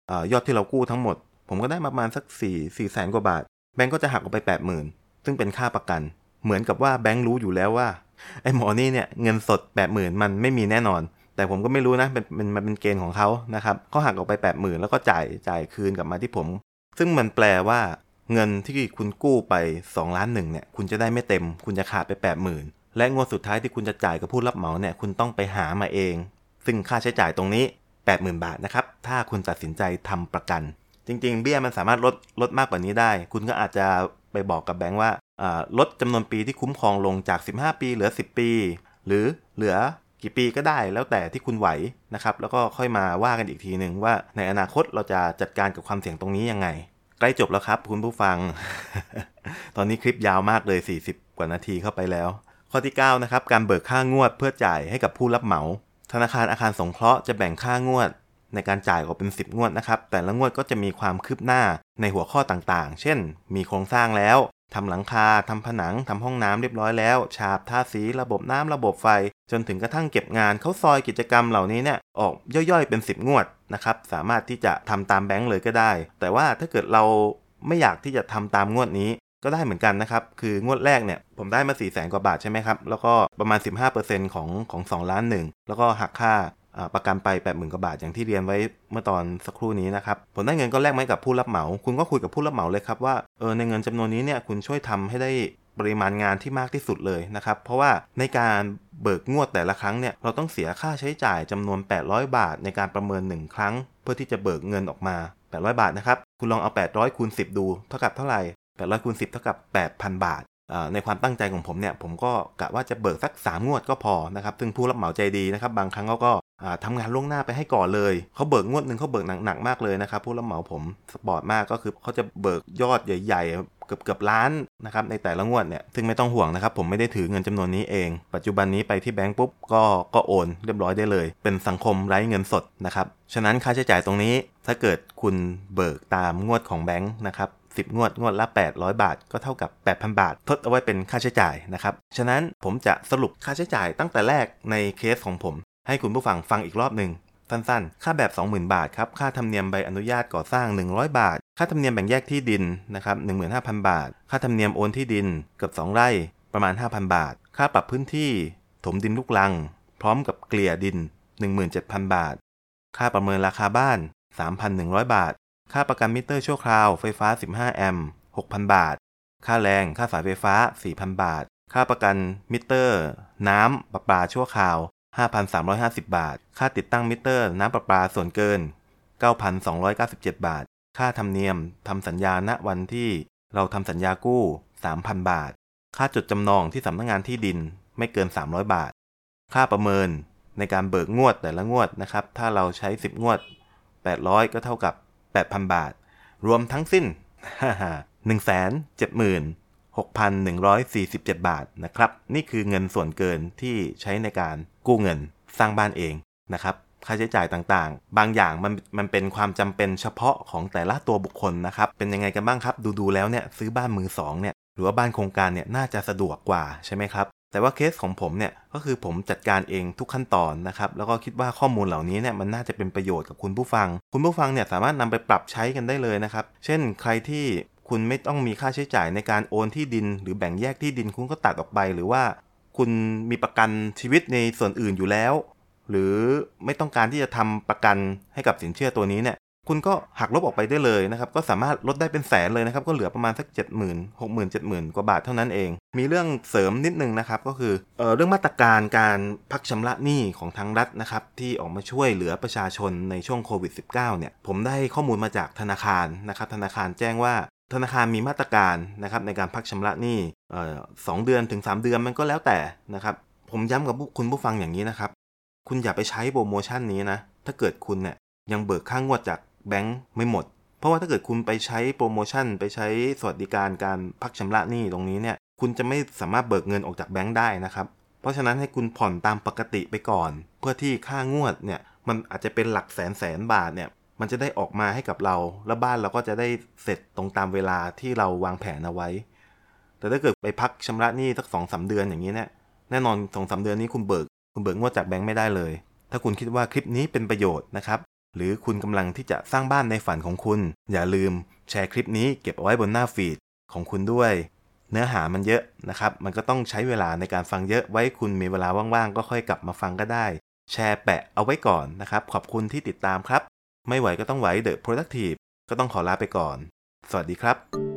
ยอดที่เรากู้ทั้งหมดผมก็ได้ประมาณสัก4แสนกว่าบาทแบงก์ก็จะหักออกไป 80,000 ซึ่งเป็นค่าประกันเหมือนกับว่าแบงก์รู้อยู่แล้วว่าไอ้หมอนี่เนี่ยเงินสด 80,000 มันไม่มีแน่นอนแต่ผมก็ไม่รู้นะมันเป็นเกณฑ์ของเขานะครับเขาหักออกไป 80,000 แล้วก็จ่ายคืนกลับมาที่ผมซึ่งมันแปลว่าเงินที่คุณกู้ไป2.1 ล้านเนี่ยคุณจะได้ไม่เต็มคุณจะขาดไป 80,000 และงวดสุดท้ายที่คุณจะจ่ายกับผู้รับเหมาเนี่ยคุณต้องไปหามาเองซึ่งค่าใช้จ่ายตรงนี้ 80,000 บาทนะครับถ้าคุณตัดสินใจทำประกันจริงๆเบี้ยมันสามารถลดมากกว่านี้ได้คุณก็อาจจะไปบอกกับแบงก์ว่าลดจำนวนปีที่คุ้มครองลงจาก15 ปีเหลือ10 ปีหรือเหลือกี่ปีก็ได้แล้วแต่ที่คุณไหวนะครับแล้วก็ค่อยมาว่ากันอีกทีนึงว่าในอนาคตเราจะจัดการกับความเสี่ยงตรงนี้ยังไงใกล้จบแล้วครับคุณผู้ฟัง ตอนนี้คลิปยาวมากเลย40กว่านาทีเข้าไปแล้วข้อที่9นะครับการเบิกค่างวดเพื่อจ่ายให้กับผู้รับเหมาธนาคารอาคารสงเคราะห์จะแบ่งค่างวดในการจ่ายออกเป็น10 งวดนะครับแต่ละงวดก็จะมีความคืบหน้าในหัวข้อต่างๆเช่นมีโครงสร้างแล้วทำหลังคาทำผนังทำห้องน้ำเรียบร้อยแล้วฉาบทาสีระบบน้ำระบบไฟจนถึงกระทั่งเก็บงานเข้าซอยกิจกรรมเหล่านี้เนี่ยออกย่อยๆเป็น10 งวดนะครับสามารถที่จะทำตามแบงก์เลยก็ได้แต่ว่าถ้าเกิดเราไม่อยากที่จะทำตามงวดนี้ก็ได้เหมือนกันนะครับคืองวดแรกเนี่ยผมได้มา 400,000 กว่าบาทใช่ไหมครับแล้วก็ประมาณ 15% ของ2.1 ล้านแล้วก็หักค่าประกันไป 80,000 กว่าบาทอย่างที่เรียนไว้เมื่อตอนสักครู่นี้นะครับผมได้เงินก้อนแรกไหมกับผู้รับเหมาคุณก็คุยกับผู้รับเหมาเลยครับว่าในเงินจำนวนนี้เนี่ยคุณช่วยทำให้ได้ปริมาณงานที่มากที่สุดเลยนะครับเพราะว่าในการเบิกงวดแต่ละครั้งเนี่ยเราต้องเสียค่าใช้จ่ายจำนวน800 บาทในการประเมิน1ครั้งเพื่อที่จะเบิกเงินออกมา800 บาทนะครับคุณลองเอา800คูณ10ดูเท่ากับเท่าไหร่800คูณ10เท่ากับ 8,000 บาทในความตั้งใจของผมเนี่ยผมก็กะว่าจะเบิกสัก3 งวดก็พอนะครับซึ่งผู้รับเหมาใจดีนะครับบางครั้งเขาก็ทำงานล่วงหน้าไปให้ก่อนเลยเขาเบิกงวดนึงเขาเบิกหนักๆมากเลยนะครับผู้รับเหมาผมสปอร์ตมากก็คือเขาจะเบิกยอดใหญ่ๆเกือบล้านนะครับในแต่ละงวดเนี่ยซึ่งไม่ต้องห่วงนะครับผมไม่ได้ถือเงินจำนวนนี้เองปัจจุบันนี้ไปที่แบงก์ปุ๊บก็โอนเรียบร้อยได้เลยเป็นสังคมไร้เงินสดนะครับฉะนั้นค่าใช้จ่ายตรงนี้ถ้าเกิดคุณเบิกตามงวดของแบงก์นะครับ10 งวดละ800 บาทก็เท่ากับ 8,000 บาททดเอาไว้เป็นค่าใช้จ่ายนะครับฉะนั้นผมจะสรุปค่าใช้จ่ายตั้งแต่แรกในเคสของผมให้คุณผู้ฟังฟังอีกรอบหนึ่งสั้นๆค่าแบบ 20,000 บาทครับค่าธรรมเนียมใบอนุญาตก่อสร้าง100 บาทค่าธรรมเนียมแบ่งแยกที่ดินนะครับ 15,000 บาทค่าธรรมเนียมโอนที่ดินเกือบ2 ไร่ประมาณ 5,000 บาทค่าปรับพื้นที่ถมดินลูกรังพร้อมกับเกลี่ยดิน 17,000 บาทค่าประเมินราคาบ้าน 3,100 บาทค่าประกันมิเตอร์ชั่วคราวไฟฟ้า15 แอมป์ 6,000 บาทค่าแรงค่าสายไฟฟ้า 4,000 บาทค่าประกันมิเตอร์น้ำประปาชั่วคราว 5,350 บาทค่าติดตั้งมิเตอร์น้ำประปาส่วนเกิน 9,297 บาทค่าธรรมเนียมทำสัญญาณวันที่เราทำสัญญากู้ 3,000 บาทค่าจดจำนองที่สำนักงานที่ดินไม่เกิน300 บาทค่าประเมินในการเบิกงวดแต่ละงวดนะครับถ้าเราใช้10 งวด800ก็เท่ากับ 8,000 บาทรวมทั้งสิ้น 176,147 บาทนะครับนี่คือเงินส่วนเกินที่ใช้ในการกู้เงินสร้างบ้านเองนะครับค่าใช้จ่ายต่างๆบางอย่างมันเป็นความจำเป็นเฉพาะของแต่ละตัวบุคคลนะครับเป็นยังไงกันบ้างครับดูแล้วเนี่ยซื้อบ้านมือสองเนี่ยหรือว่าบ้านโครงการเนี่ยน่าจะสะดวกกว่าใช่ไหมครับแต่ว่าเคสของผมเนี่ยก็คือผมจัดการเองทุกขั้นตอนนะครับแล้วก็คิดว่าข้อมูลเหล่านี้เนี่ยมันน่าจะเป็นประโยชน์กับคุณผู้ฟังเนี่ยสามารถนำไปปรับใช้กันได้เลยนะครับเช่นใครที่คุณไม่ต้องมีค่าใช้จ่ายในการโอนที่ดินหรือแบ่งแยกที่ดินคุณก็ตัดออกไปหรือว่าคุณมีประกันชีวิตในส่วนอื่นอยู่แล้วหรือไม่ต้องการที่จะทำประกันให้กับสินเชื่อตัวนี้เนี่ยคุณก็หักลบออกไปได้เลยนะครับก็สามารถลดได้เป็นแสนเลยนะครับก็เหลือประมาณสัก 70,000 60,000 70,000 กว่าบาทเท่านั้นเองมีเรื่องเสริมนิดนึงนะครับก็คือเรื่องมาตรการการพักชำระหนี้ของทางรัฐนะครับที่ออกมาช่วยเหลือประชาชนในช่วงโควิด -19 เนี่ยผมได้ข้อมูลมาจากธนาคารนะครับธนาคารแจ้งว่าธนาคารมีมาตรการนะครับในการพักชำระหนี้2 เดือนถึง 3 เดือนมันก็แล้วแต่นะครับผมย้ำกับคุณผู้ฟังอย่างนี้นะครับคุณอย่าไปใช้โปรโมชั่นนี้นะถ้าเกิดคุณเนี่ยยังเบิกค่างวดจากแบงค์ไม่หมดเพราะว่าถ้าเกิดคุณไปใช้โปรโมชั่นไปใช้สวัสดิการการพักชำระหนี้ตรงนี้เนี่ยคุณจะไม่สามารถเบิกเงินออกจากแบงค์ได้นะครับเพราะฉะนั้นให้คุณผ่อนตามปกติไปก่อนเพื่อที่ค่างวดเนี่ยมันอาจจะเป็นหลักแสนบาทเนี่ยมันจะได้ออกมาให้กับเราและบ้านเราก็จะได้เสร็จตรงตามเวลาที่เราวางแผนเอาไว้แต่ถ้าเกิดไปพักชำระหนี้สัก 2-3 เดือนอย่างนี้เนี่ยแน่นอน 2-3 เดือนนี้คุณเบิกงวดจากแบงค์ไม่ได้เลยถ้าคุณคิดว่าคลิปนี้เป็นประโยชน์นะครับหรือคุณกำลังที่จะสร้างบ้านในฝันของคุณอย่าลืมแชร์คลิปนี้เก็บเอาไว้บนหน้าฟีดของคุณด้วยเนื้อหามันเยอะนะครับมันก็ต้องใช้เวลาในการฟังเยอะไว้คุณมีเวลาว่างๆก็ค่อยกลับมาฟังก็ได้แชร์แปะเอาไว้ก่อนนะครับขอบคุณที่ติดตามครับไม่ไหวก็ต้องไหว The Productive ก็ต้องขอลาไปก่อนสวัสดีครับ